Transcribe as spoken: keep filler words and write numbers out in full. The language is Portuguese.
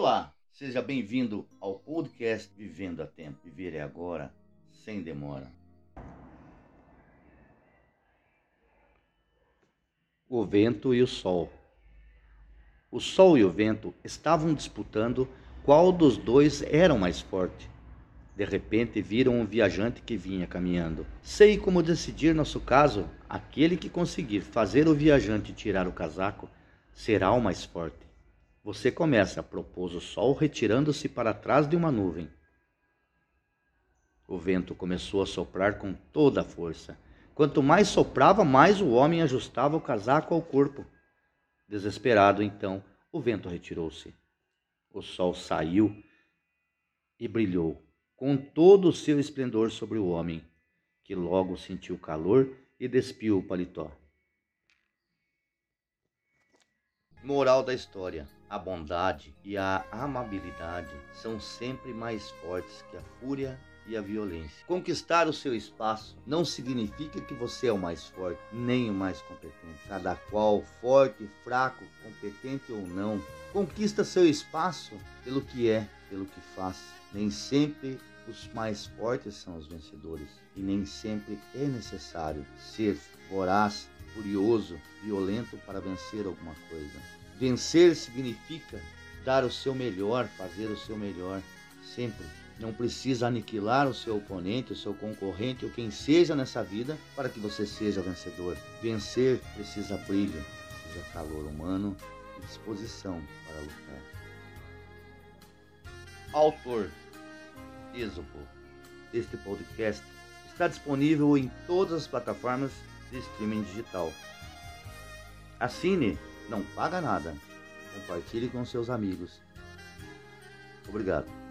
Olá, seja bem-vindo ao podcast Vivendo a Tempo. Viver é agora, sem demora. O vento e o sol. O sol e o vento estavam disputando qual dos dois era o mais forte. De repente viram um viajante que vinha caminhando. Sei como decidir nosso caso. Aquele que conseguir fazer o viajante tirar o casaco será o mais forte. Você começa, propôs o sol, retirando-se para trás de uma nuvem. O vento começou a soprar com toda a força. Quanto mais soprava, mais o homem ajustava o casaco ao corpo. Desesperado, então, o vento retirou-se. O sol saiu e brilhou com todo o seu esplendor sobre o homem, que logo sentiu calor e despiu o paletó. Moral da história: a bondade e a amabilidade são sempre mais fortes que a fúria e a violência. Conquistar o seu espaço não significa que você é o mais forte, nem o mais competente. Cada qual, forte, fraco, competente ou não, conquista seu espaço pelo que é, pelo que faz. Nem sempre os mais fortes são os vencedores, e nem sempre é necessário ser voraz, furioso, violento para vencer alguma coisa. Vencer significa dar o seu melhor, fazer o seu melhor, sempre. Não precisa aniquilar o seu oponente, o seu concorrente ou quem seja nessa vida para que você seja vencedor. Vencer precisa brilho, precisa calor humano e disposição para lutar. Autor: Êxopo. Este podcast está disponível em todas as plataformas de streaming digital. Assine, não paga nada. Compartilhe com seus amigos. Obrigado.